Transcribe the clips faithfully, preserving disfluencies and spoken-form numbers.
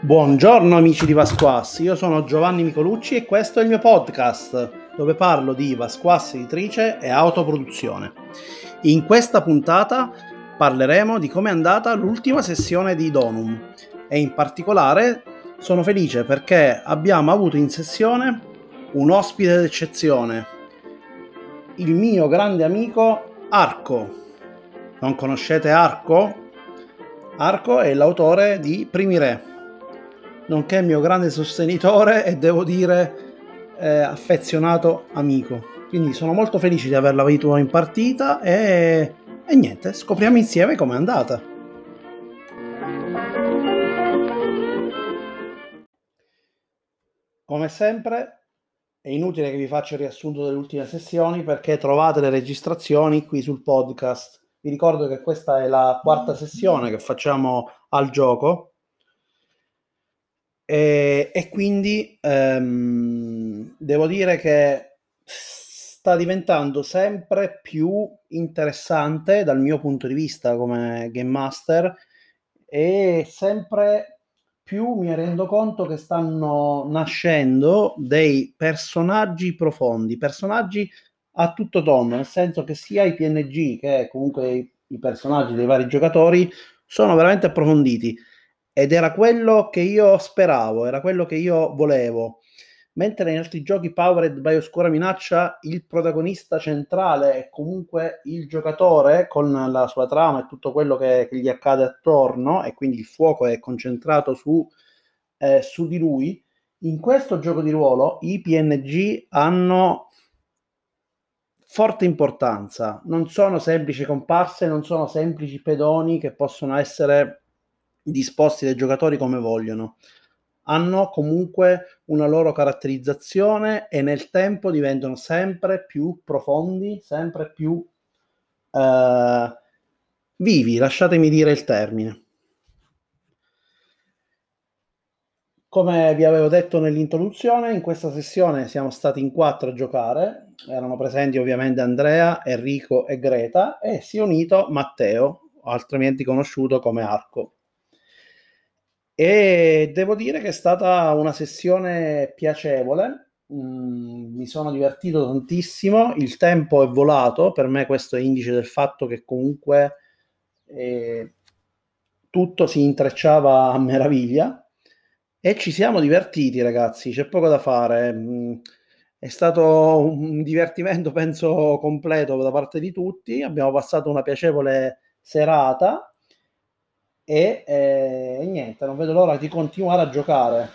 Buongiorno amici di Vasquas, io sono Giovanni Micolucci e questo è il mio podcast dove parlo di Vasquas editrice e autoproduzione. In questa puntata parleremo di come è andata l'ultima sessione di Donum e in particolare sono felice perché abbiamo avuto in sessione un ospite d'eccezione, il mio grande amico Arco. Non conoscete Arco? Arco è l'autore di Primi Re, nonché mio grande sostenitore e devo dire eh, affezionato amico. Quindi sono molto felice di averla avuto in partita e, e niente, scopriamo insieme com'è andata. Come sempre è inutile che vi faccia il riassunto delle ultime sessioni perché trovate le registrazioni qui sul podcast. Vi ricordo che questa è la quarta sessione che facciamo al gioco. E, e quindi ehm, devo dire che sta diventando sempre più interessante dal mio punto di vista come game master e sempre più mi rendo conto che stanno nascendo dei personaggi profondi, personaggi a tutto tondo, nel senso che sia i P N G che comunque i, i personaggi dei vari giocatori sono veramente approfonditi. Ed era quello che io speravo, era quello che io volevo. Mentre negli altri giochi Powered by Oscura Minaccia il protagonista centrale è comunque il giocatore con la sua trama e tutto quello che, che gli accade attorno e quindi il fuoco è concentrato su, eh, su di lui, in questo gioco di ruolo i P N G hanno forte importanza. Non sono semplici comparse, non sono semplici pedoni che possono essere disposti dai giocatori come vogliono. Hanno comunque una loro caratterizzazione e nel tempo diventano sempre più profondi, sempre più eh, vivi, lasciatemi dire il termine. Come vi avevo detto nell'introduzione, in questa sessione siamo stati in quattro a giocare, erano presenti ovviamente Andrea, Enrico e Greta e si è unito Matteo, altrimenti conosciuto come Arco. E devo dire che è stata una sessione piacevole, mm, mi sono divertito tantissimo, il tempo è volato, per me questo è indice del fatto che comunque eh, tutto si intrecciava a meraviglia e ci siamo divertiti ragazzi, c'è poco da fare, mm, è stato un divertimento penso completo da parte di tutti, abbiamo passato una piacevole serata. E, eh, e niente, non vedo l'ora di continuare a giocare.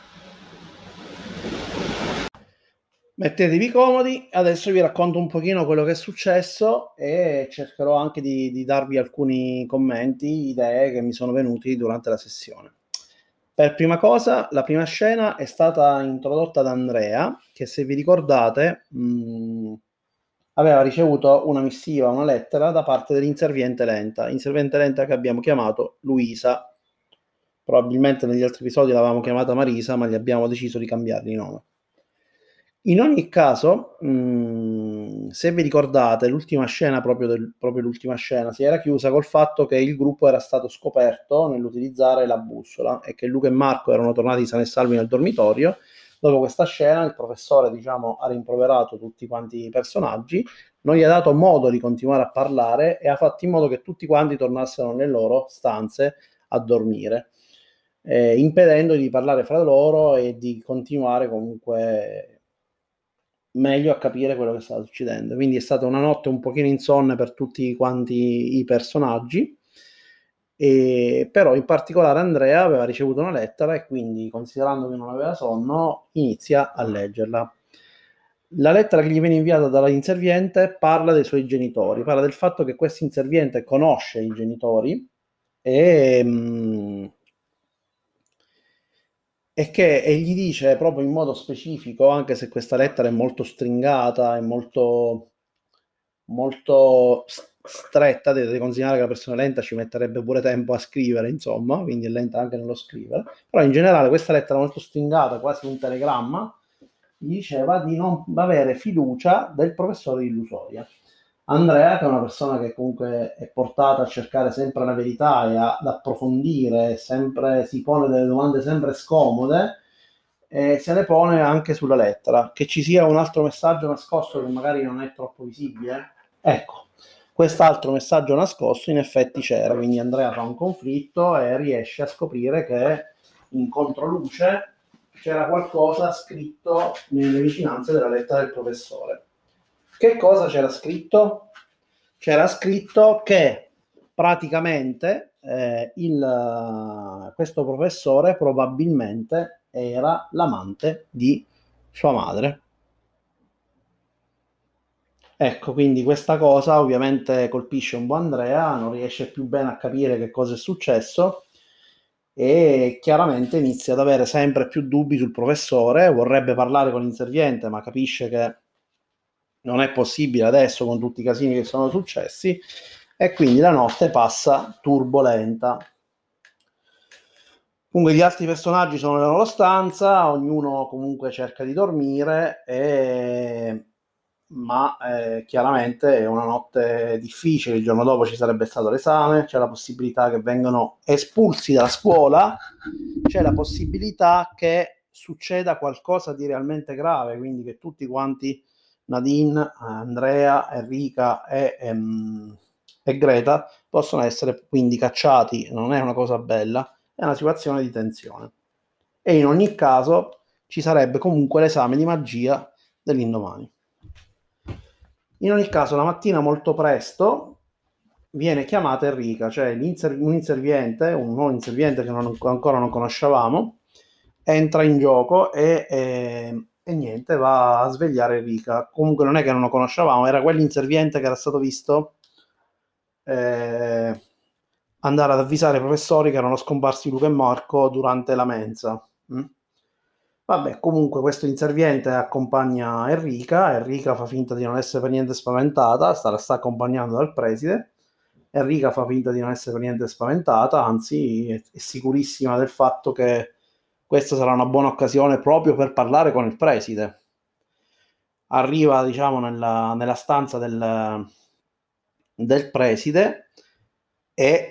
Mettetevi comodi, adesso vi racconto un pochino quello che è successo e cercherò anche di, di darvi alcuni commenti, idee che mi sono venuti durante la sessione. Per prima cosa, la prima scena è stata introdotta da Andrea, che se vi ricordate mh, aveva ricevuto una missiva, una lettera da parte dell'inserviente lenta, inserviente lenta che abbiamo chiamato Luisa. Probabilmente negli altri episodi l'avevamo chiamata Marisa, ma gli abbiamo deciso di cambiargli nome. In ogni caso, mh, se vi ricordate, l'ultima scena, proprio, del, proprio l'ultima scena, si era chiusa col fatto che il gruppo era stato scoperto nell'utilizzare la bussola e che Luca e Marco erano tornati sani e salvi nel dormitorio. Dopo questa scena il professore, diciamo, ha rimproverato tutti quanti i personaggi, non gli ha dato modo di continuare a parlare e ha fatto in modo che tutti quanti tornassero nelle loro stanze a dormire, eh, impedendo di parlare fra loro e di continuare comunque meglio a capire quello che stava succedendo. Quindi è stata una notte un pochino insonne per tutti quanti i personaggi, e però in particolare Andrea aveva ricevuto una lettera e quindi, considerando che non aveva sonno, inizia a leggerla. La lettera che gli viene inviata dall'inserviente parla dei suoi genitori, parla del fatto che questo inserviente conosce i genitori e, mh, e che e gli dice proprio in modo specifico, anche se questa lettera è molto stringata, è molto, molto stretta, dovete considerare che la persona lenta ci metterebbe pure tempo a scrivere, insomma, quindi è lenta anche nello scrivere, però in generale questa lettera molto stringata, quasi un telegramma, gli diceva di non avere fiducia del professore di Illusoria. Andrea, che è una persona che comunque è portata a cercare sempre la verità e a- ad approfondire, sempre, si pone delle domande sempre scomode, e se le pone anche sulla lettera. Che ci sia un altro messaggio nascosto che magari non è troppo visibile, ecco, quest'altro messaggio nascosto in effetti c'era, quindi Andrea fa un conflitto e riesce a scoprire che in controluce c'era qualcosa scritto nelle vicinanze della lettera del professore. Che cosa c'era scritto? C'era scritto che praticamente eh, il, questo professore probabilmente era l'amante di sua madre. Ecco, quindi questa cosa ovviamente colpisce un po' Andrea, non riesce più bene a capire che cosa è successo e chiaramente inizia ad avere sempre più dubbi sul professore, vorrebbe parlare con l'inserviente, ma capisce che non è possibile adesso con tutti i casini che sono successi e quindi la notte passa turbolenta. Comunque gli altri personaggi sono nella loro stanza, ognuno comunque cerca di dormire, e... ma eh, chiaramente è una notte difficile, il giorno dopo ci sarebbe stato l'esame, c'è la possibilità che vengano espulsi dalla scuola, c'è la possibilità che succeda qualcosa di realmente grave, quindi che tutti quanti, Nadine, Andrea, Enrica e, ehm, e Greta, possono essere quindi cacciati, non è una cosa bella, è una situazione di tensione. E in ogni caso ci sarebbe comunque l'esame di magia dell'indomani. In ogni caso, la mattina molto presto viene chiamata Enrica, cioè un inserviente, un nuovo inserviente che non, ancora non conoscevamo, entra in gioco e, e, e niente, va a svegliare Enrica. Comunque non è che non lo conoscevamo, era quell'inserviente che era stato visto eh, andare ad avvisare i professori che erano scomparsi Luca e Marco durante la mensa. Mm? Vabbè, comunque questo inserviente accompagna Enrica, Enrica fa finta di non essere per niente spaventata, sta, la sta accompagnando dal preside, Enrica fa finta di non essere per niente spaventata, anzi è, è sicurissima del fatto che questa sarà una buona occasione proprio per parlare con il preside. Arriva, diciamo, nella, nella stanza del, del preside e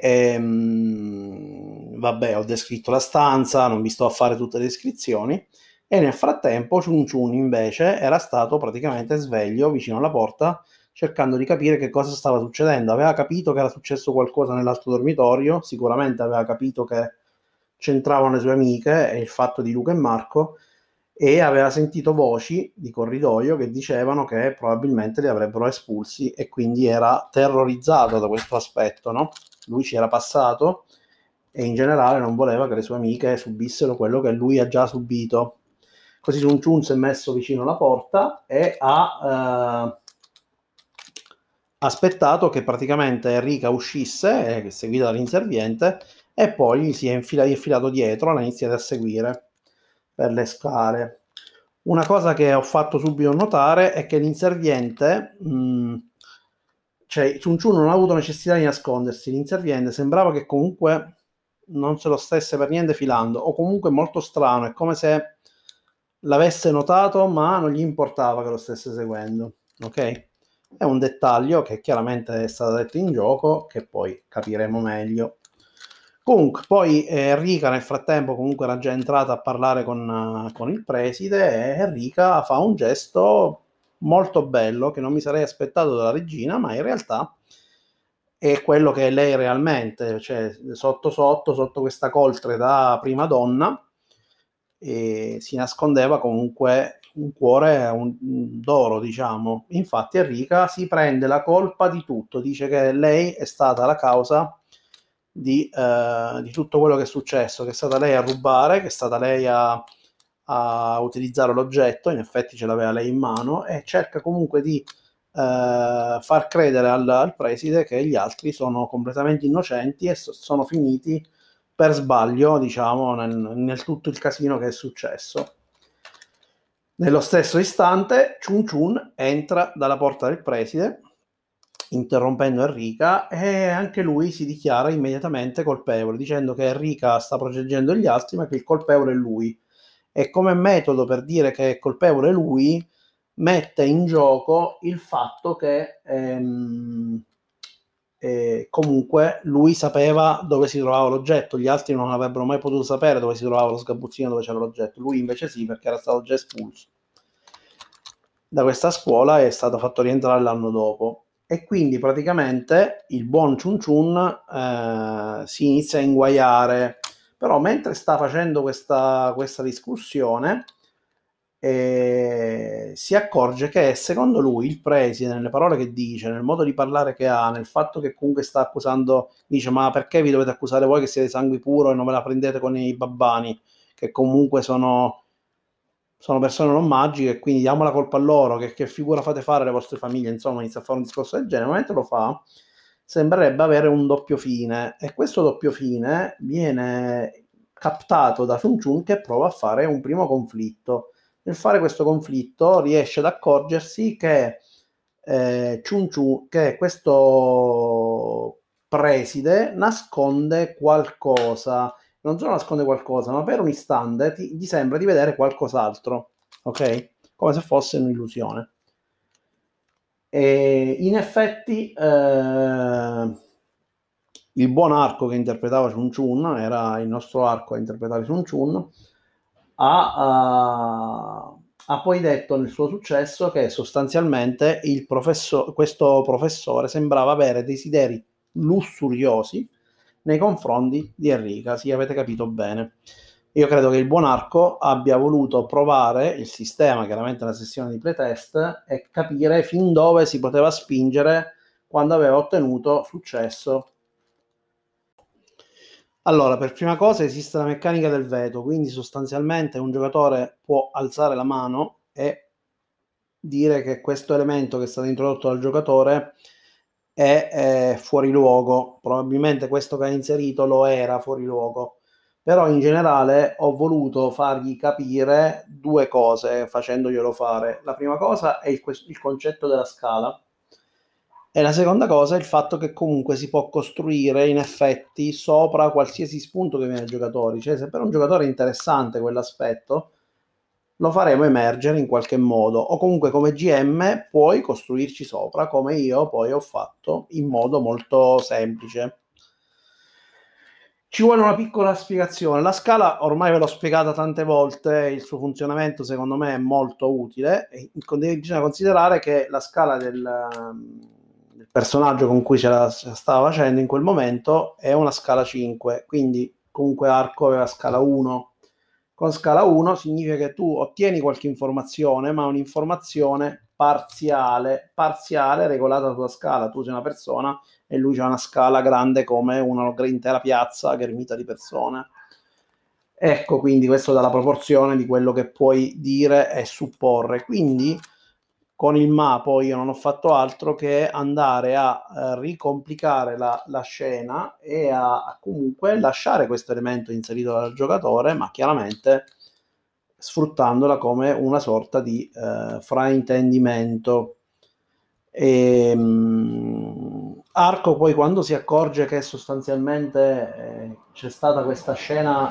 ehm, vabbè, ho descritto la stanza, non vi sto a fare tutte le descrizioni, e nel frattempo Chun Chun invece era stato praticamente sveglio vicino alla porta cercando di capire che cosa stava succedendo. Aveva capito che era successo qualcosa nell'altro dormitorio, sicuramente aveva capito che c'entravano le sue amiche e il fatto di Luca e Marco, e aveva sentito voci di corridoio che dicevano che probabilmente li avrebbero espulsi e quindi era terrorizzato da questo aspetto, no? Lui ci era passato e in generale non voleva che le sue amiche subissero quello che lui ha già subito. Così Sun Chun si è messo vicino alla porta e ha eh, aspettato che praticamente Enrica uscisse, eh, seguita dall'inserviente, e poi si è infila- infilato dietro, l'ha iniziato a seguire per le scale. Una cosa che ho fatto subito notare è che l'inserviente, mh, cioè Chun Chun non ha avuto necessità di nascondersi, l'inserviente sembrava che comunque non se lo stesse per niente filando, o comunque molto strano, è come se l'avesse notato ma non gli importava che lo stesse seguendo, ok? È un dettaglio che chiaramente è stato detto in gioco, che poi capiremo meglio. Comunque, poi eh, Enrica nel frattempo comunque era già entrata a parlare con, con il preside, e Enrica fa un gesto molto bello che non mi sarei aspettato dalla regina, ma in realtà è quello che è lei realmente, cioè sotto sotto, sotto questa coltre da prima donna, e si nascondeva comunque un cuore un, un d'oro, diciamo. Infatti Enrica si prende la colpa di tutto, dice che lei è stata la causa di, eh, di tutto quello che è successo, che è stata lei a rubare, che è stata lei a, a utilizzare l'oggetto, in effetti ce l'aveva lei in mano, e cerca comunque di eh, far credere al, al preside che gli altri sono completamente innocenti e so, sono finiti per sbaglio, diciamo, nel, nel tutto il casino che è successo. Nello stesso istante, Chun Chun entra dalla porta del preside, interrompendo Enrica, e anche lui si dichiara immediatamente colpevole, dicendo che Enrica sta proteggendo gli altri, ma che il colpevole è lui. E come metodo per dire che è colpevole lui, mette in gioco il fatto che ehm, eh, comunque lui sapeva dove si trovava l'oggetto, gli altri non avrebbero mai potuto sapere dove si trovava lo sgabuzzino, dove c'era l'oggetto, lui invece sì, perché era stato già espulso da questa scuola e è stato fatto rientrare l'anno dopo. E quindi praticamente il buon Chun Chun eh, si inizia a inguaiare, però mentre sta facendo questa, questa discussione eh, si accorge che secondo lui il preside, nelle parole che dice, nel modo di parlare che ha, nel fatto che comunque sta accusando, dice ma perché vi dovete accusare voi che siete sangue puro e non ve la prendete con i babbani, che comunque sono sono persone non magiche e quindi diamo la colpa a loro, che, che figura fate fare alle vostre famiglie, insomma inizia a fare un discorso del genere, ma mentre lo fa sembrerebbe avere un doppio fine e questo doppio fine viene captato da Chun Chun che prova a fare un primo conflitto. Nel fare questo conflitto riesce ad accorgersi che eh, Chun Chun, che questo preside nasconde qualcosa, non solo nasconde qualcosa, ma per un istante ti, gli sembra di vedere qualcos'altro, ok? Come se fosse un'illusione. E in effetti eh, il buon Arco che interpretava Chun Chun, era il nostro Arco a interpretare Chun Chun, ha, ha- ha poi detto nel suo successo che sostanzialmente il professo- questo professore sembrava avere desideri lussuriosi nei confronti di Enrica, sì, avete capito bene. Io credo che il buon Arco abbia voluto provare il sistema, chiaramente nella sessione di playtest, e capire fin dove si poteva spingere quando aveva ottenuto successo. Allora, per prima cosa esiste la meccanica del veto, quindi sostanzialmente un giocatore può alzare la mano e dire che questo elemento che è stato introdotto dal giocatore è, è fuori luogo. Probabilmente questo che ha inserito lo era fuori luogo, però in generale ho voluto fargli capire due cose facendoglielo fare. La prima cosa è il, il concetto della scala. E la seconda cosa è il fatto che comunque si può costruire in effetti sopra qualsiasi spunto che viene ai giocatori. Cioè, se per un giocatore è interessante quell'aspetto, lo faremo emergere in qualche modo. O comunque come G M puoi costruirci sopra, come io poi ho fatto in modo molto semplice. Ci vuole una piccola spiegazione. La scala ormai ve l'ho spiegata tante volte, il suo funzionamento secondo me è molto utile. E bisogna considerare che la scala del, del personaggio con cui ce la stava facendo in quel momento è una scala cinque, quindi comunque Arco aveva scala uno. Con scala uno significa che tu ottieni qualche informazione, ma un'informazione parziale, parziale regolata dalla tua scala. Tu sei una persona e lui c'ha una scala grande come una intera piazza ghermita di persone. Ecco, quindi questo dà la proporzione di quello che puoi dire e supporre. Quindi con il ma poi io non ho fatto altro che andare a eh, ricomplicare la, la scena e a, a comunque lasciare questo elemento inserito dal giocatore, ma chiaramente sfruttandola come una sorta di eh, fraintendimento. E, mh, Arco poi quando si accorge che sostanzialmente eh, c'è stata questa scena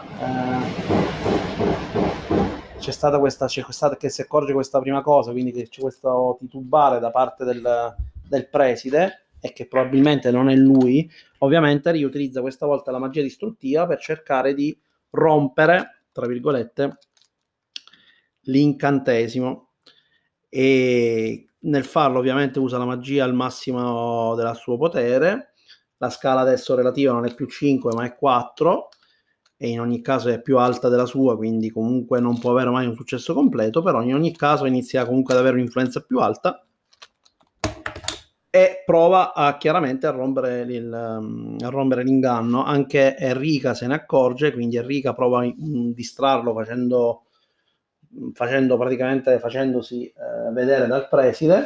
eh, c'è stata questa, c'è stata, che si accorge questa prima cosa, quindi che c'è questo titubare da parte del, del preside e che probabilmente non è lui, ovviamente riutilizza questa volta la magia distruttiva per cercare di rompere, tra virgolette, l'incantesimo, e nel farlo ovviamente usa la magia al massimo del suo potere. La scala adesso relativa non è più cinque ma è quattro e in ogni caso è più alta della sua, quindi comunque non può avere mai un successo completo, però in ogni caso inizia comunque ad avere un'influenza più alta e prova a, chiaramente a rompere, il, a rompere l'inganno. Anche Enrica se ne accorge, quindi Enrica prova a distrarlo facendo, facendo praticamente facendosi eh, vedere dal preside,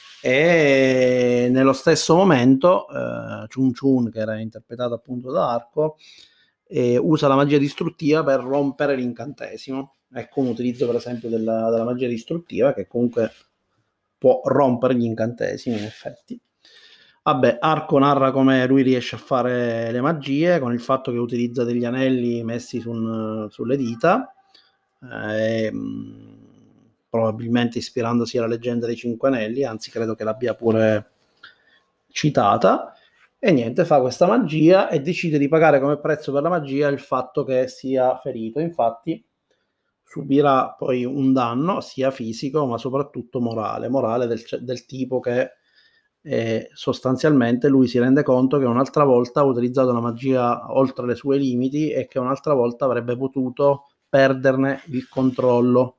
e nello stesso momento eh, Chun Chun, che era interpretato appunto da Arco, eh, usa la magia distruttiva per rompere l'incantesimo. Ecco un utilizzo per esempio della, della magia distruttiva che comunque può rompere gli incantesimi in effetti. Vabbè, Arco narra come lui riesce a fare le magie con il fatto che utilizza degli anelli messi su un, sulle dita. Eh, probabilmente ispirandosi alla leggenda dei Cinque Anelli, anzi credo che l'abbia pure citata, e niente, fa questa magia e decide di pagare come prezzo per la magia il fatto che sia ferito. Infatti subirà poi un danno sia fisico ma soprattutto morale, morale del, del tipo che eh, sostanzialmente lui si rende conto che un'altra volta ha utilizzato la magia oltre le sue limiti e che un'altra volta avrebbe potuto perderne il controllo.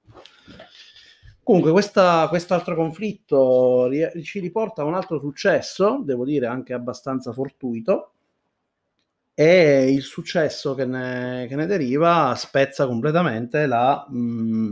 Comunque questa, quest'altro conflitto ri- ci riporta a un altro successo, devo dire anche abbastanza fortuito, e il successo che ne, che ne deriva spezza completamente la, mh,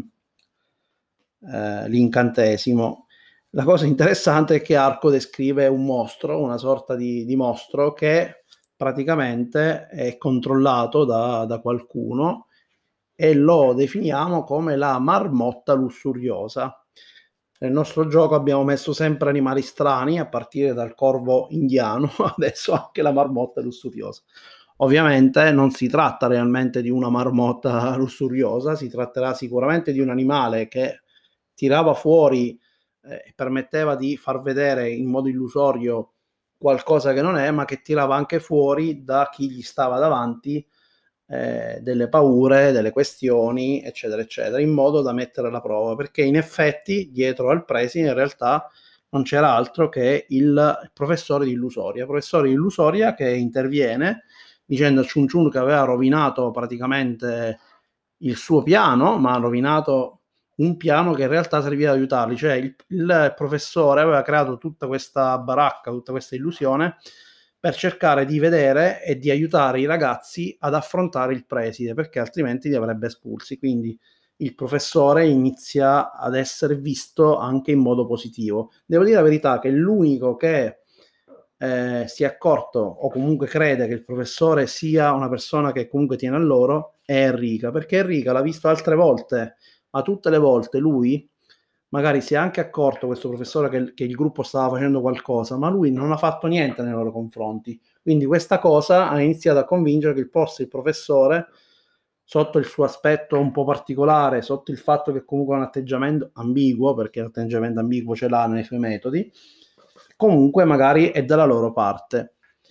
eh, l'incantesimo. La cosa interessante è che Arco descrive un mostro, una sorta di, di mostro che praticamente è controllato da, da qualcuno e lo definiamo come la marmotta lussuriosa. Nel nostro gioco abbiamo messo sempre animali strani, a partire dal corvo indiano, adesso anche la marmotta lussuriosa. Ovviamente non si tratta realmente di una marmotta lussuriosa, si tratterà sicuramente di un animale che tirava fuori e eh, permetteva di far vedere in modo illusorio qualcosa che non è, ma che tirava anche fuori da chi gli stava davanti eh, delle paure, delle questioni, eccetera, eccetera, in modo da mettere alla prova, perché in effetti dietro al preside in realtà non c'era altro che il professore di Illusoria, professore di Illusoria che interviene dicendo a Chun Chun che aveva rovinato praticamente il suo piano, ma ha rovinato un piano che in realtà serviva ad aiutarli, cioè il, il professore aveva creato tutta questa baracca, tutta questa illusione per cercare di vedere e di aiutare i ragazzi ad affrontare il preside, perché altrimenti li avrebbe espulsi. Quindi il professore inizia ad essere visto anche in modo positivo. Devo dire la verità che l'unico che eh, si è accorto o comunque crede che il professore sia una persona che comunque tiene a loro è Enrica, perché Enrica l'ha visto altre volte, ma tutte le volte lui magari si è anche accorto, questo professore, che, che il gruppo stava facendo qualcosa, ma lui non ha fatto niente nei loro confronti. Quindi questa cosa ha iniziato a convincere che il posto il professore, sotto il suo aspetto un po' particolare, sotto il fatto che comunque ha un atteggiamento ambiguo, perché l'atteggiamento ambiguo ce l'ha nei suoi metodi, comunque magari è dalla loro parte.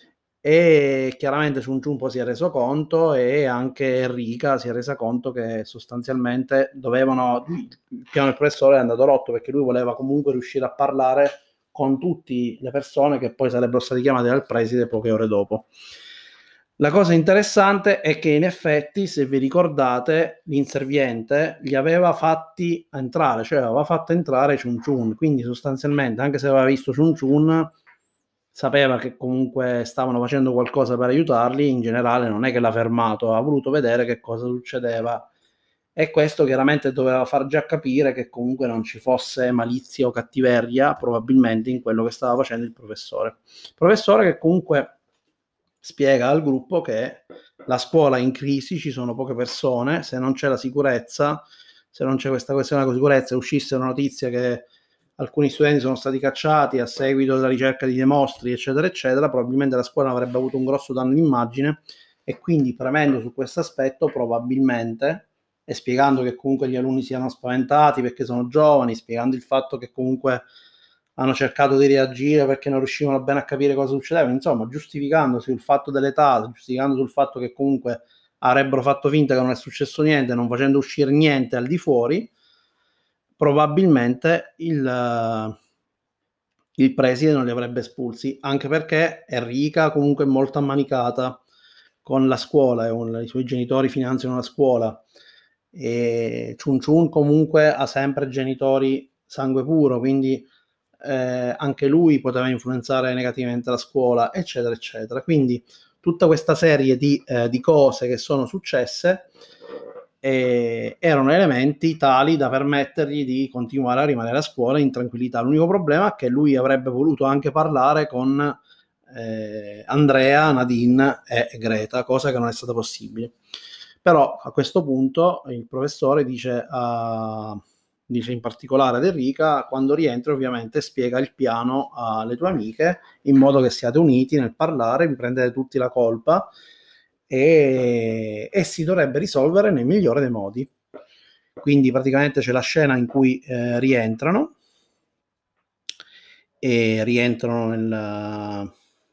E chiaramente Sun Chun poi si è reso conto e anche Enrica si è resa conto che sostanzialmente dovevano, il piano del professore è andato rotto perché lui voleva comunque riuscire a parlare con tutte le persone che poi sarebbero state chiamate dal preside poche ore dopo. La cosa interessante è che in effetti, se vi ricordate, l'inserviente li aveva fatti entrare, cioè aveva fatto entrare Chun Chun, quindi sostanzialmente anche se aveva visto Chun Chun sapeva che comunque stavano facendo qualcosa per aiutarli, in generale non è che l'ha fermato, ha voluto vedere che cosa succedeva e questo chiaramente doveva far già capire che comunque non ci fosse malizia o cattiveria probabilmente in quello che stava facendo il professore. Il professore che comunque spiega al gruppo che la scuola è in crisi, ci sono poche persone, se non c'è la sicurezza, se non c'è questa questione della sicurezza, uscisse una notizia che alcuni studenti sono stati cacciati a seguito della ricerca di dei mostri, eccetera, eccetera, probabilmente la scuola avrebbe avuto un grosso danno d'immagine e quindi premendo su questo aspetto probabilmente e spiegando che comunque gli alunni siano spaventati perché sono giovani, spiegando il fatto che comunque hanno cercato di reagire perché non riuscivano bene a capire cosa succedeva, insomma, giustificando sul fatto dell'età, giustificando sul fatto che comunque avrebbero fatto finta che non è successo niente, non facendo uscire niente al di fuori, probabilmente il, il preside non li avrebbe espulsi, anche perché Enrica comunque è molto ammanicata con la scuola, un, i suoi genitori finanziano la scuola e Chun Chun comunque ha sempre genitori sangue puro, quindi eh, anche lui poteva influenzare negativamente la scuola, eccetera, eccetera. Quindi tutta questa serie di, eh, di cose che sono successe eh, erano elementi tali da permettergli di continuare a rimanere a scuola in tranquillità. L'unico problema è che lui avrebbe voluto anche parlare con eh, Andrea, Nadine e Greta, cosa che non è stata possibile. Però a questo punto il professore dice, a, dice in particolare ad Enrica, quando rientri ovviamente spiega il piano alle tue amiche in modo che siate uniti nel parlare, vi prendete tutti la colpa e, e si dovrebbe risolvere nel migliore dei modi. Quindi praticamente c'è la scena in cui eh, rientrano e rientrano nel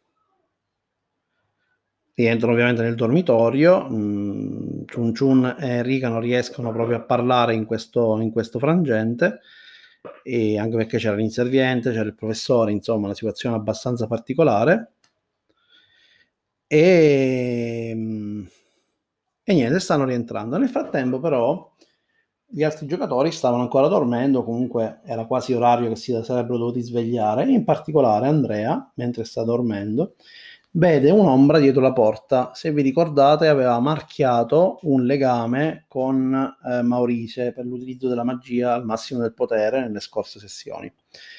rientrano ovviamente nel dormitorio. mm, Chun Chun e Enrica non riescono proprio a parlare in questo, in questo frangente, e anche perché c'era l'inserviente, c'era il professore, insomma una situazione abbastanza particolare. E, mm, e niente, stanno rientrando. Nel frattempo però gli altri giocatori stavano ancora dormendo, comunque era quasi orario che si sarebbero dovuti svegliare. In particolare Andrea, mentre sta dormendo, vede un'ombra dietro la porta. Se vi ricordate, aveva marchiato un legame con eh, Maurice per l'utilizzo della magia al massimo del potere nelle scorse sessioni.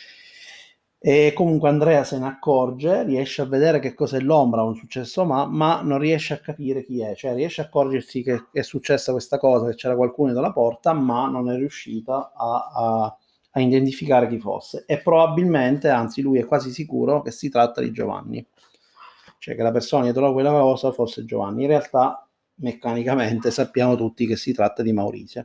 E comunque Andrea se ne accorge, riesce a vedere che cos'è l'ombra, un successo, ma, ma non riesce a capire chi è, cioè riesce a accorgersi che è successa questa cosa, che c'era qualcuno dalla porta, ma non è riuscita a, a, a identificare chi fosse. E probabilmente, anzi lui è quasi sicuro che si tratta di Giovanni, cioè che la persona dietro a quella cosa fosse Giovanni. In realtà meccanicamente sappiamo tutti che si tratta di Maurizio.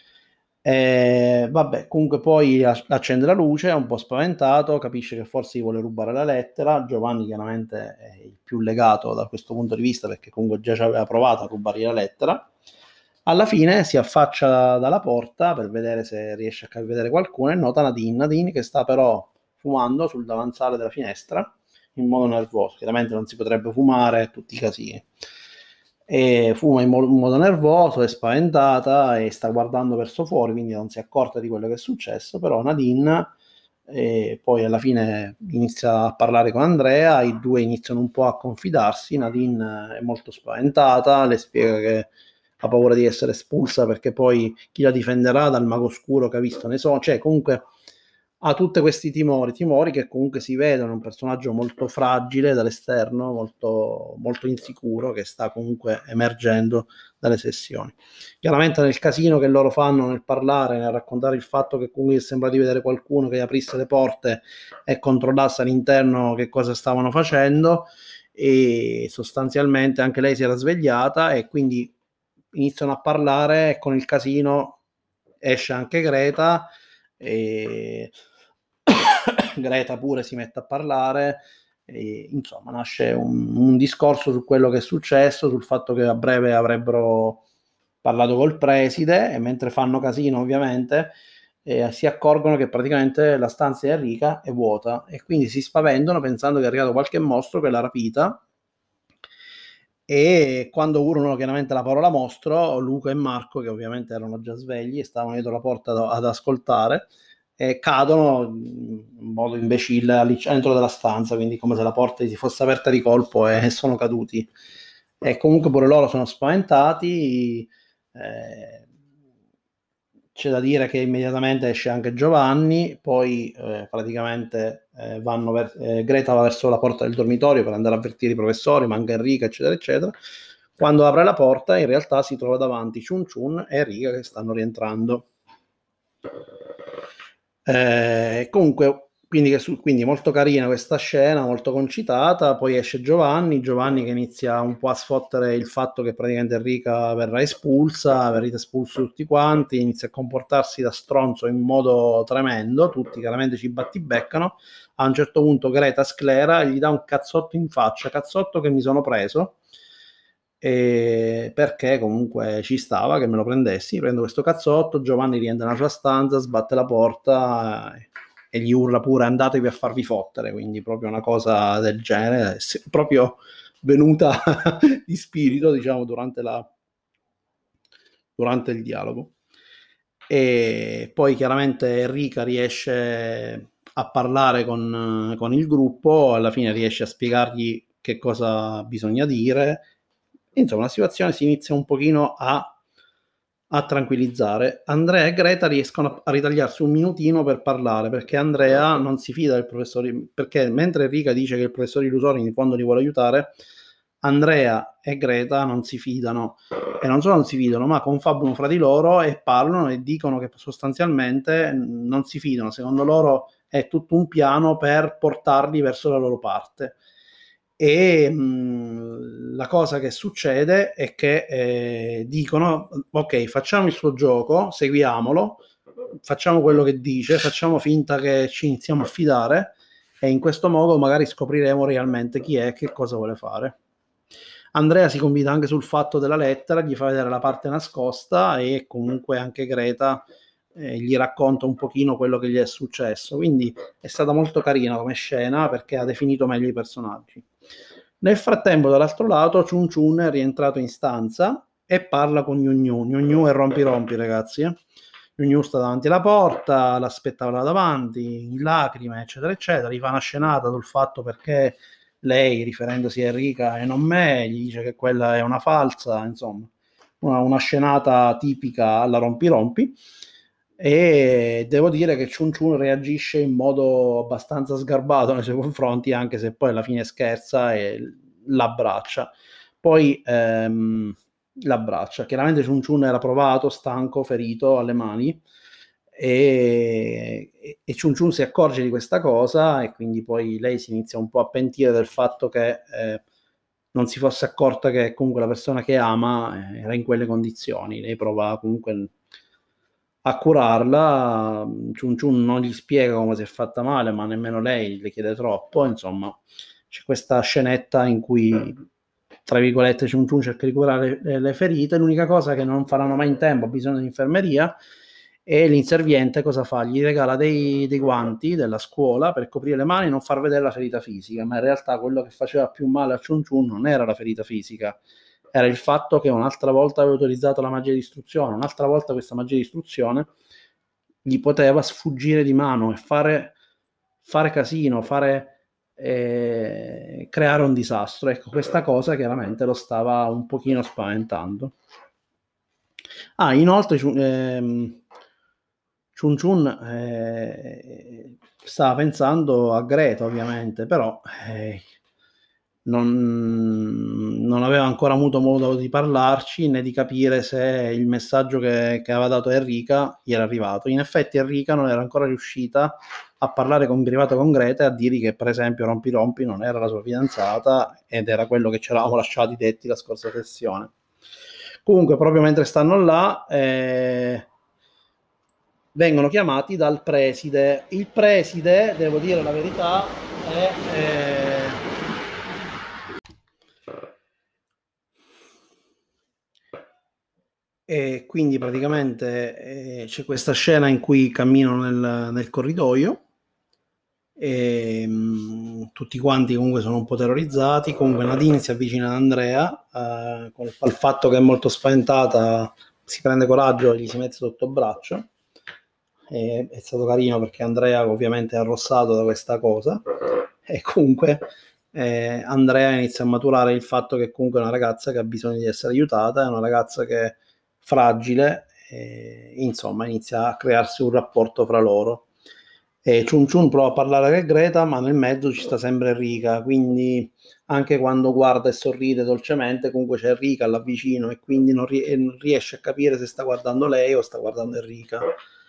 Eh, vabbè, comunque poi accende la luce, è un po' spaventato, capisce che forse gli vuole rubare la lettera. Giovanni chiaramente è il più legato da questo punto di vista, perché comunque già ci aveva provato a rubargli la lettera. Alla fine si affaccia dalla porta per vedere se riesce a vedere qualcuno e nota Nadine, Nadine che sta però fumando sul davanzale della finestra in modo nervoso. Chiaramente non si potrebbe fumare, tutti i casini. E fuma in, mo- in modo nervoso, è spaventata e sta guardando verso fuori, quindi non si è accorta di quello che è successo. Però Nadine eh, poi alla fine inizia a parlare con Andrea, i due iniziano un po' a confidarsi. Nadine è molto spaventata, le spiega che ha paura di essere espulsa perché poi chi la difenderà dal mago oscuro che ha visto nei sogni, cioè comunque ha tutti questi timori, timori che comunque si vedono, un personaggio molto fragile dall'esterno, molto, molto insicuro, che sta comunque emergendo dalle sessioni. Chiaramente nel casino che loro fanno nel parlare, nel raccontare il fatto che comunque sembra di vedere qualcuno che aprisse le porte e controllasse all'interno che cosa stavano facendo, e sostanzialmente anche lei si era svegliata e quindi iniziano a parlare e con il casino esce anche Greta e Greta pure si mette a parlare e, insomma, nasce un, un discorso su quello che è successo, sul fatto che a breve avrebbero parlato col preside, e mentre fanno casino ovviamente eh, si accorgono che praticamente la stanza di Enrica è vuota e quindi si spaventano pensando che è arrivato qualche mostro che l'ha rapita. E quando urlano chiaramente la parola mostro, Luca e Marco, che ovviamente erano già svegli e stavano dietro la porta ad, ad ascoltare, e cadono in modo imbecille al centro della stanza, quindi come se la porta si fosse aperta di colpo, e sono caduti. E comunque pure loro sono spaventati. eh, C'è da dire che immediatamente esce anche Giovanni, poi eh, praticamente eh, vanno ver- eh, Greta va verso la porta del dormitorio per andare a avvertire i professori, ma anche Enrica, eccetera, eccetera. Quando apre la porta, in realtà si trova davanti Chun Chun e Enrica che stanno rientrando. Eh, comunque, quindi, che su, quindi molto carina questa scena, molto concitata. Poi esce Giovanni, Giovanni che inizia un po' a sfottere il fatto che praticamente Enrica verrà espulsa, verrete espulsi tutti quanti, inizia a comportarsi da stronzo in modo tremendo, tutti chiaramente ci battibeccano. A un certo punto Greta sclera e gli dà un cazzotto in faccia, cazzotto che mi sono preso, e perché comunque ci stava che me lo prendessi. Prendo questo cazzotto, Giovanni rientra nella sua stanza, sbatte la porta e, e gli urla pure andatevi a farvi fottere, quindi proprio una cosa del genere, proprio venuta di spirito, diciamo, durante, la, durante il dialogo. E poi chiaramente Enrica riesce a parlare con, con il gruppo, alla fine riesce a spiegargli che cosa bisogna dire. Insomma, la situazione si inizia un pochino a, a tranquillizzare. Andrea e Greta riescono a ritagliarsi un minutino per parlare, perché Andrea non si fida del professore, perché mentre Enrica dice che il professore Illusori in fondo li vuole aiutare, Andrea e Greta non si fidano, e non solo non si fidano, ma confabulano fra di loro e parlano e dicono che sostanzialmente non si fidano, secondo loro è tutto un piano per portarli verso la loro parte. E mh, la cosa che succede è che eh, dicono: ok, facciamo il suo gioco, seguiamolo, facciamo quello che dice, facciamo finta che ci iniziamo a fidare, e in questo modo magari scopriremo realmente chi è e che cosa vuole fare. Andrea si convita anche sul fatto della lettera, gli fa vedere la parte nascosta, e comunque anche Greta eh, gli racconta un pochino quello che gli è successo. Quindi è stata molto carina come scena, perché ha definito meglio i personaggi. Nel frattempo, dall'altro lato, Chun Chun è rientrato in stanza e parla con Gnu Gnu. Gnu Gnu è rompi rompi, ragazzi. Eh? Gnu Gnu sta davanti alla porta, l'aspettava là davanti, in lacrime, eccetera, eccetera. Gli fa una scenata sul fatto perché lei, riferendosi a Enrica e non me, gli dice che quella è una falsa, insomma, una, una scenata tipica alla rompi rompi. E devo dire che Chun Chun reagisce in modo abbastanza sgarbato nei suoi confronti, anche se poi alla fine scherza e l'abbraccia. Poi ehm, l'abbraccia. Chiaramente Chun Chun era provato, stanco, ferito alle mani, e, e Chun Chun si accorge di questa cosa, e quindi poi lei si inizia un po' a pentire del fatto che eh, non si fosse accorta che comunque la persona che ama eh, era in quelle condizioni. Lei prova comunque a curarla. Chun Chun non gli spiega come si è fatta male, ma nemmeno lei le chiede troppo. Insomma, c'è questa scenetta in cui, tra virgolette, Chun Chun cerca di curare le, le ferite. L'unica cosa che non faranno mai in tempo, ha bisogno di infermeria, e l'inserviente cosa fa? Gli regala dei, dei guanti della scuola per coprire le mani e non far vedere la ferita fisica, ma in realtà quello che faceva più male a Chun Chun non era la ferita fisica, era il fatto che un'altra volta aveva utilizzato la magia di istruzione, un'altra volta questa magia di istruzione gli poteva sfuggire di mano e fare, fare casino, fare, eh, creare un disastro. Ecco, questa cosa chiaramente lo stava un pochino spaventando. Ah, inoltre ehm, Chun Chun eh, stava pensando a Greta, ovviamente, però eh, non, non aveva ancora avuto modo di parlarci né di capire se il messaggio che, che aveva dato Enrica gli era arrivato. In effetti Enrica non era ancora riuscita a parlare con privato con Greta e a dirgli che, per esempio, Rompi Rompi non era la sua fidanzata, ed era quello che ci eravamo lasciati detti la scorsa sessione. Comunque, proprio mentre stanno là, eh, vengono chiamati dal preside. Il preside, devo dire la verità, è... Eh, e quindi praticamente eh, c'è questa scena in cui camminano nel, nel corridoio, e mh, tutti quanti comunque sono un po' terrorizzati. Comunque Nadine si avvicina ad Andrea eh, con il, il fatto che è molto spaventata, si prende coraggio e gli si mette sotto braccio. E, è stato carino perché Andrea ovviamente è arrossato da questa cosa, e comunque eh, Andrea inizia a maturare il fatto che comunque è una ragazza che ha bisogno di essere aiutata, è una ragazza che è fragile, e, insomma inizia a crearsi un rapporto fra loro. E Chun Chun prova a parlare con Greta, ma nel mezzo ci sta sempre Enrica, quindi anche quando guarda e sorride dolcemente, comunque c'è Enrica là vicino, e quindi non, rie- non riesce a capire se sta guardando lei o sta guardando Enrica.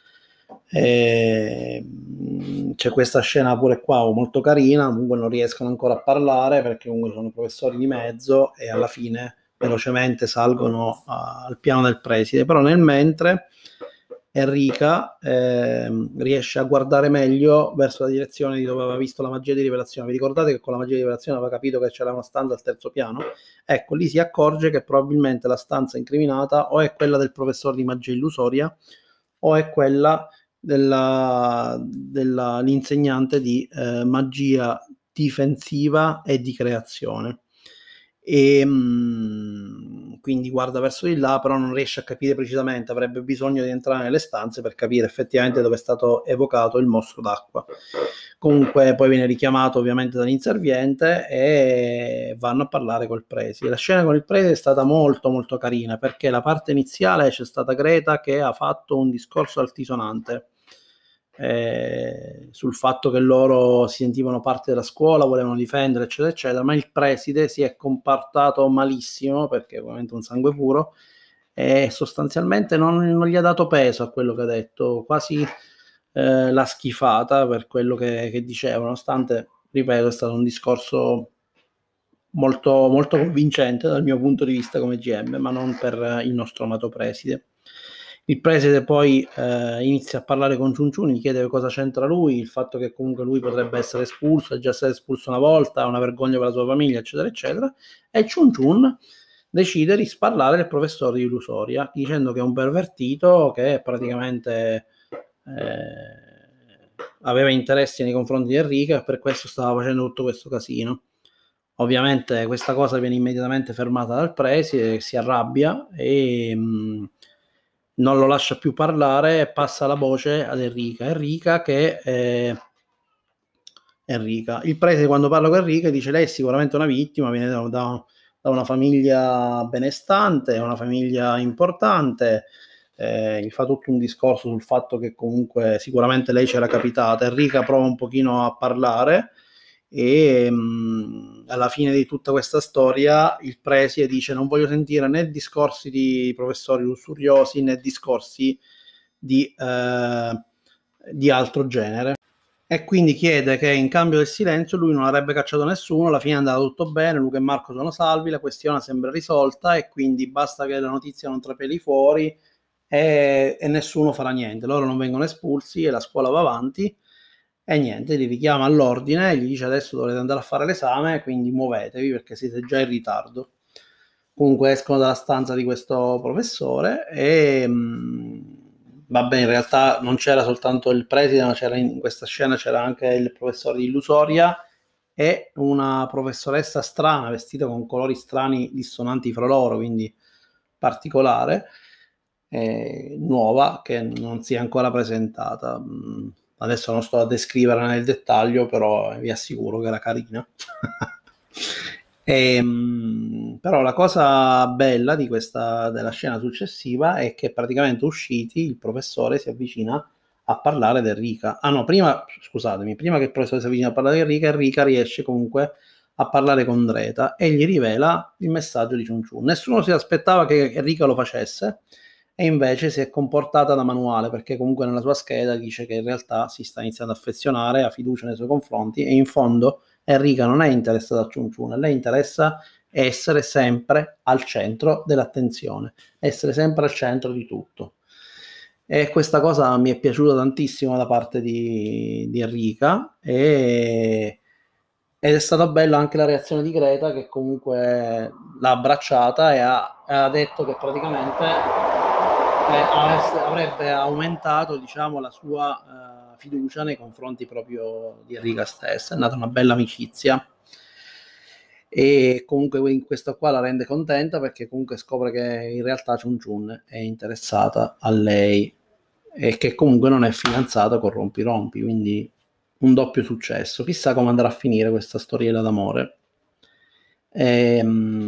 E, mh, c'è questa scena pure qua molto carina, comunque non riescono ancora a parlare perché comunque sono professori di mezzo, e alla fine velocemente salgono a- al piano del preside. Però nel mentre Enrica ehm, riesce a guardare meglio verso la direzione di dove aveva visto la magia di rivelazione. Vi ricordate che con la magia di rivelazione aveva capito che c'era una stanza al terzo piano? Ecco, lì si accorge che probabilmente la stanza incriminata o è quella del professore di magia illusoria, o è quella della, della, l'insegnante di eh, magia difensiva e di creazione. E mh, quindi guarda verso di là, però non riesce a capire precisamente, avrebbe bisogno di entrare nelle stanze per capire effettivamente dove è stato evocato il mostro d'acqua. Comunque poi viene richiamato ovviamente dall'inserviente e vanno a parlare col preside. La scena con il preside è stata molto molto carina, perché la parte iniziale c'è stata Greta che ha fatto un discorso altisonante eh, sul fatto che loro si sentivano parte della scuola, volevano difendere, eccetera, eccetera, ma il preside si è comportato malissimo, perché è ovviamente un sangue puro, e sostanzialmente non, non gli ha dato peso a quello che ha detto, quasi eh, l'ha schifata per quello che, che diceva, nonostante, ripeto, è stato un discorso molto, molto convincente dal mio punto di vista come G M, ma non per il nostro amato preside. Il preside poi eh, inizia a parlare con Chun Chun, gli chiede cosa c'entra lui, il fatto che comunque lui potrebbe essere espulso, è già stato espulso una volta, è una vergogna per la sua famiglia, eccetera, eccetera, e Chun Chun decide di sparlare del professore di Illusoria, dicendo che è un pervertito, che praticamente eh, aveva interessi nei confronti di Enrica e per questo stava facendo tutto questo casino. Ovviamente questa cosa viene immediatamente fermata dal preside, si arrabbia e mh, non lo lascia più parlare e passa la voce ad Enrica. Enrica che eh, Enrica. Il preside quando parla con Enrica dice lei è sicuramente una vittima, viene da, da, da una famiglia benestante, una famiglia importante, eh, gli fa tutto un discorso sul fatto che comunque sicuramente lei c'era capitata. Enrica prova un pochino a parlare e mh, alla fine di tutta questa storia il preside dice non voglio sentire né discorsi di professori lussuriosi né discorsi di, eh, di altro genere e quindi chiede che in cambio del silenzio lui non avrebbe cacciato nessuno, alla fine è andato tutto bene, Luca e Marco sono salvi, la questione sembra risolta e quindi basta che la notizia non trapeli fuori e, e nessuno farà niente, loro non vengono espulsi e la scuola va avanti e niente, li richiama all'ordine e gli dice adesso dovrete andare a fare l'esame, quindi muovetevi perché siete già in ritardo. Comunque escono dalla stanza di questo professore e mh, vabbè, in realtà non c'era soltanto il preside, ma c'era in questa scena c'era anche il professore di Illusoria e una professoressa strana vestita con colori strani dissonanti fra loro, quindi particolare, eh, nuova, che non si è ancora presentata. Mm, Adesso non sto a descriverla nel dettaglio, però vi assicuro che era carina. E, mh, però la cosa bella di questa, della scena successiva è che praticamente usciti il professore si avvicina a parlare di Enrica. Ah no, prima, scusatemi, prima che il professore si avvicina a parlare di Enrica, Enrica riesce comunque a parlare con Dreta e gli rivela il messaggio di Chun Chun. Nessuno si aspettava che Enrica lo facesse e invece si è comportata da manuale perché comunque nella sua scheda dice che in realtà si sta iniziando a affezionare, ha fiducia nei suoi confronti e in fondo Enrica non è interessata a Chun Chun, a lei interessa essere sempre al centro dell'attenzione, essere sempre al centro di tutto. E questa cosa mi è piaciuta tantissimo da parte di, di Enrica e, ed è stata bella anche la reazione di Greta che comunque l'ha abbracciata e ha, ha detto che praticamente eh, avrebbe aumentato diciamo, la sua uh, fiducia nei confronti proprio di Enrica stessa, è nata una bella amicizia e comunque in questa qua la rende contenta perché comunque scopre che in realtà Chun Chun è interessata a lei e che comunque non è fidanzata con Rompi Rompi, quindi un doppio successo. Chissà come andrà a finire questa storiella d'amore. E,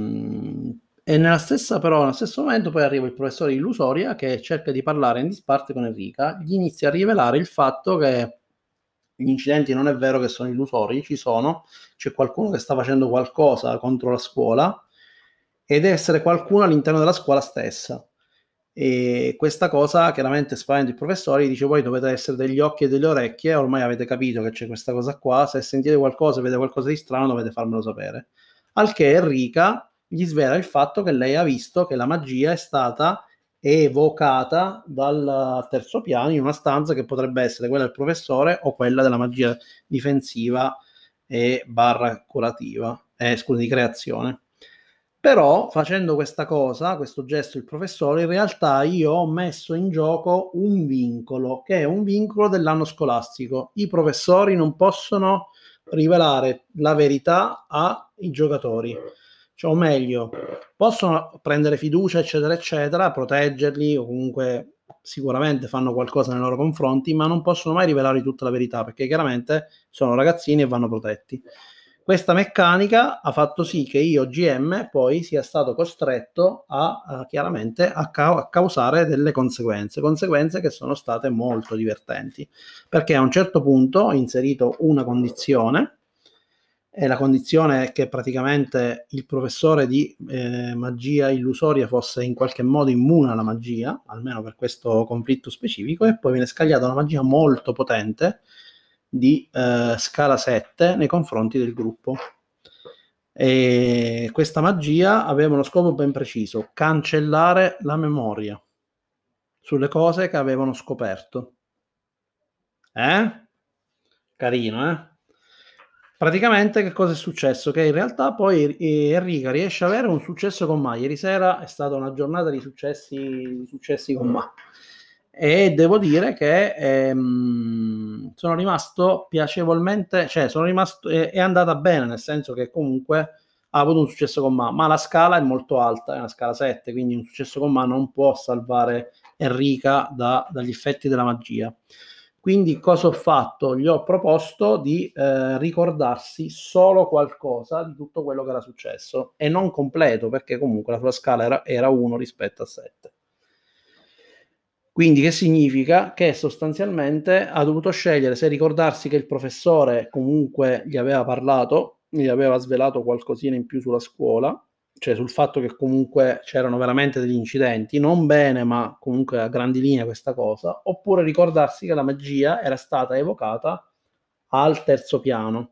e nella stessa però, nello stesso momento poi arriva il professore di Illusoria che cerca di parlare in disparte con Enrica, gli inizia a rivelare il fatto che gli incidenti non è vero che sono illusori, ci sono, c'è qualcuno che sta facendo qualcosa contro la scuola ed deve essere qualcuno all'interno della scuola stessa. E questa cosa chiaramente spaventa il professore, gli dice voi dovete essere degli occhi e delle orecchie, ormai avete capito che c'è questa cosa qua, se sentite qualcosa, vedete qualcosa di strano dovete farmelo sapere. Al che Enrica gli svela il fatto che lei ha visto che la magia è stata evocata dal terzo piano in una stanza che potrebbe essere quella del professore o quella della magia difensiva e barra curativa, eh, scusa, di creazione. Però facendo questa cosa, questo gesto il professore, in realtà io ho messo in gioco un vincolo, che è un vincolo dell'anno scolastico. I professori non possono rivelare la verità ai giocatori. Cioè, o meglio, possono prendere fiducia, eccetera, eccetera, proteggerli o comunque sicuramente fanno qualcosa nei loro confronti, ma non possono mai rivelare tutta la verità perché chiaramente sono ragazzini e vanno protetti. Questa meccanica ha fatto sì che io, G M, poi sia stato costretto a, a chiaramente a, ca- a causare delle conseguenze, conseguenze che sono state molto divertenti, perché a un certo punto ho inserito una condizione e la condizione è che praticamente il professore di eh, magia illusoria fosse in qualche modo immune alla magia, almeno per questo conflitto specifico, e poi viene scagliata una magia molto potente di eh, scala sette nei confronti del gruppo. E questa magia aveva uno scopo ben preciso: cancellare la memoria sulle cose che avevano scoperto. Eh? Carino, eh? Praticamente che cosa è successo? Che in realtà poi eh, Enrica riesce ad avere un successo con Ma. Ieri sera è stata una giornata di successi, di successi con Ma. E devo dire che ehm, sono rimasto piacevolmente, cioè sono rimasto, è, è andata bene, nel senso che comunque ha avuto un successo con Ma, ma la scala è molto alta, è una scala sette, quindi un successo con Ma non può salvare Enrica da, dagli effetti della magia. Quindi cosa ho fatto? Gli ho proposto di eh, ricordarsi solo qualcosa di tutto quello che era successo e non completo, perché comunque la sua scala era, era uno rispetto a sette. Quindi che significa? Che sostanzialmente ha dovuto scegliere se ricordarsi che il professore comunque gli aveva parlato, gli aveva svelato qualcosina in più sulla scuola, cioè sul fatto che comunque c'erano veramente degli incidenti, non bene, ma comunque a grandi linee questa cosa, oppure ricordarsi che la magia era stata evocata al terzo piano.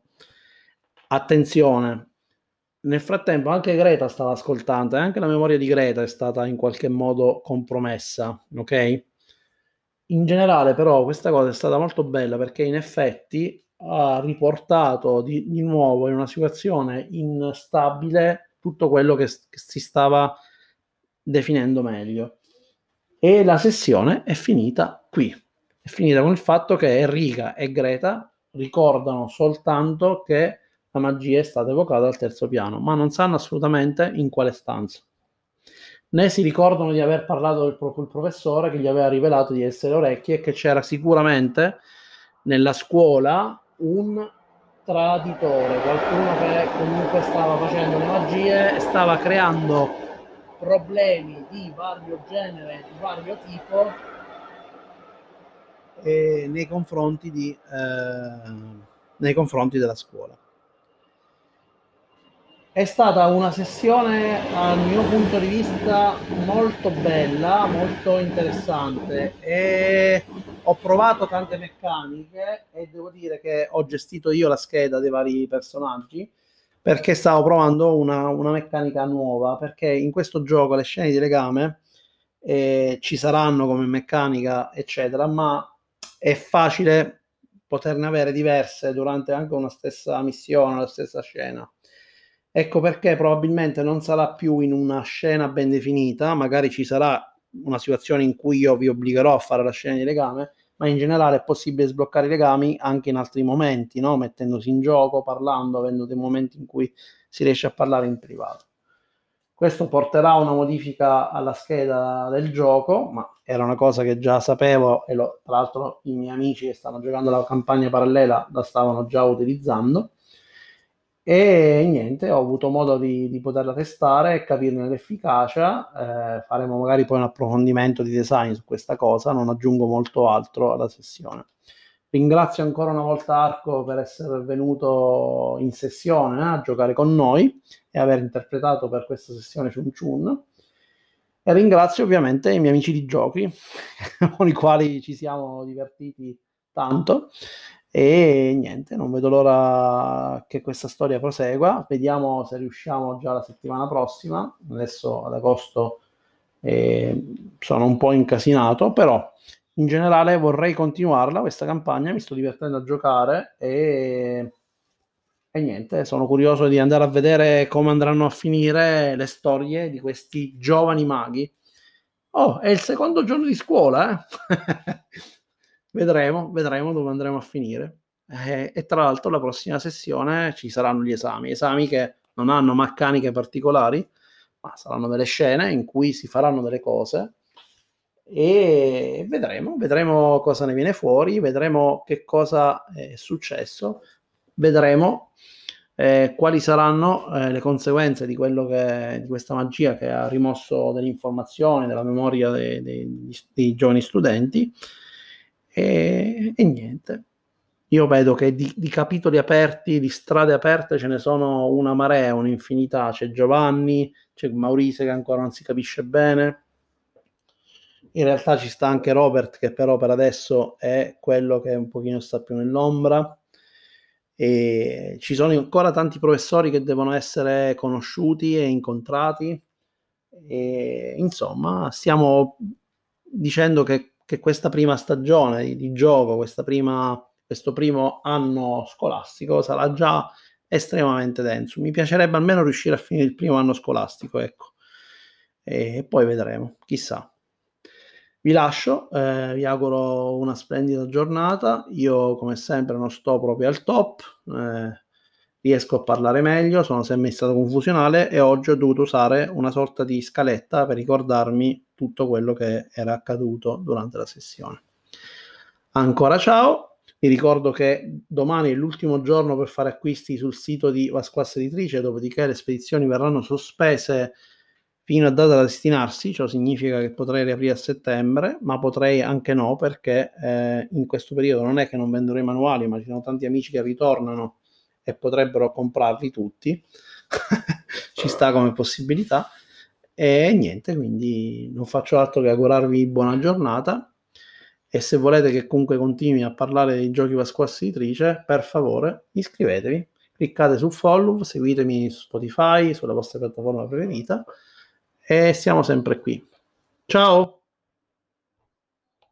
Attenzione, nel frattempo anche Greta stava ascoltando e anche la memoria di Greta è stata in qualche modo compromessa, ok? In generale, però, questa cosa è stata molto bella perché in effetti ha riportato di, di nuovo in una situazione instabile tutto quello che, che si stava definendo meglio. E la sessione è finita qui. È finita con il fatto che Enrica e Greta ricordano soltanto che la magia è stata evocata al terzo piano, ma non sanno assolutamente in quale stanza. Né si ricordano di aver parlato del pro- col professore che gli aveva rivelato di essere orecchie e che c'era sicuramente nella scuola un traditore, qualcuno che comunque stava facendo le magie e stava creando problemi di vario genere, di vario tipo eh, nei confronti di, eh, nei confronti della scuola. È stata una sessione, dal mio punto di vista, molto bella, molto interessante e ho provato tante meccaniche e devo dire che ho gestito io la scheda dei vari personaggi perché stavo provando una, una meccanica nuova, perché in questo gioco le scene di legame eh, ci saranno come meccanica, eccetera, ma è facile poterne avere diverse durante anche una stessa missione, la stessa scena. Ecco perché probabilmente non sarà più in una scena ben definita, magari ci sarà una situazione in cui io vi obbligherò a fare la scena di legame, ma in generale è possibile sbloccare i legami anche in altri momenti, no? Mettendosi in gioco, parlando, avendo dei momenti in cui si riesce a parlare in privato. Questo porterà a una modifica alla scheda del gioco, ma era una cosa che già sapevo e lo, tra l'altro i miei amici che stanno giocando la campagna parallela la stavano già utilizzando. E niente, ho avuto modo di, di poterla testare e capirne l'efficacia. Eh, faremo magari poi un approfondimento di design su questa cosa, non aggiungo molto altro alla sessione. Ringrazio ancora una volta Arco per essere venuto in sessione eh, a giocare con noi e aver interpretato per questa sessione Chun Chun. E ringrazio ovviamente i miei amici di giochi con i quali ci siamo divertiti tanto. E niente, non vedo l'ora che questa storia prosegua. Vediamo se riusciamo già la settimana prossima. Adesso ad agosto eh, sono un po' incasinato, però in generale vorrei continuarla questa campagna. Mi sto divertendo a giocare e, e niente, sono curioso di andare a vedere come andranno a finire le storie di questi giovani maghi. Oh, è il secondo giorno di scuola, eh? Vedremo, vedremo dove andremo a finire. Eh, e tra l'altro la prossima sessione ci saranno gli esami, esami che non hanno meccaniche particolari, ma saranno delle scene in cui si faranno delle cose e vedremo, vedremo cosa ne viene fuori, vedremo che cosa è successo, vedremo eh, quali saranno eh, le conseguenze di quello che, di questa magia che ha rimosso delle informazioni della memoria dei, dei, dei giovani studenti e, e niente. Io vedo che di, di capitoli aperti, di strade aperte ce ne sono una marea, un'infinità. C'è Giovanni, c'è Maurizio che ancora non si capisce bene. In realtà ci sta anche Robert che però per adesso è quello che un pochino sta più nell'ombra e ci sono ancora tanti professori che devono essere conosciuti e incontrati, e insomma stiamo dicendo che, che questa prima stagione di, di gioco, questa prima, questo primo anno scolastico sarà già estremamente denso. Mi piacerebbe almeno riuscire a finire il primo anno scolastico, ecco, e poi vedremo, chissà. Vi lascio, eh, vi auguro una splendida giornata. Io, come sempre, non sto proprio al top, eh, riesco a parlare meglio, sono sempre stato confusionale e oggi ho dovuto usare una sorta di scaletta per ricordarmi tutto quello che era accaduto durante la sessione. Ancora ciao, vi ricordo che domani è l'ultimo giorno per fare acquisti sul sito di Vasquassa Editrice, dopodiché le spedizioni verranno sospese fino a data da destinarsi, ciò significa che potrei riaprire a settembre, ma potrei anche no, perché eh, in questo periodo non è che non venderò i manuali, ma ci sono tanti amici che ritornano e potrebbero comprarli tutti, ci sta come possibilità, e niente, quindi non faccio altro che augurarvi buona giornata, e se volete che comunque continui a parlare dei giochi Vasquassa Editrice, per favore iscrivetevi, cliccate su follow, seguitemi su Spotify, sulla vostra piattaforma preferita, e siamo sempre qui. Ciao!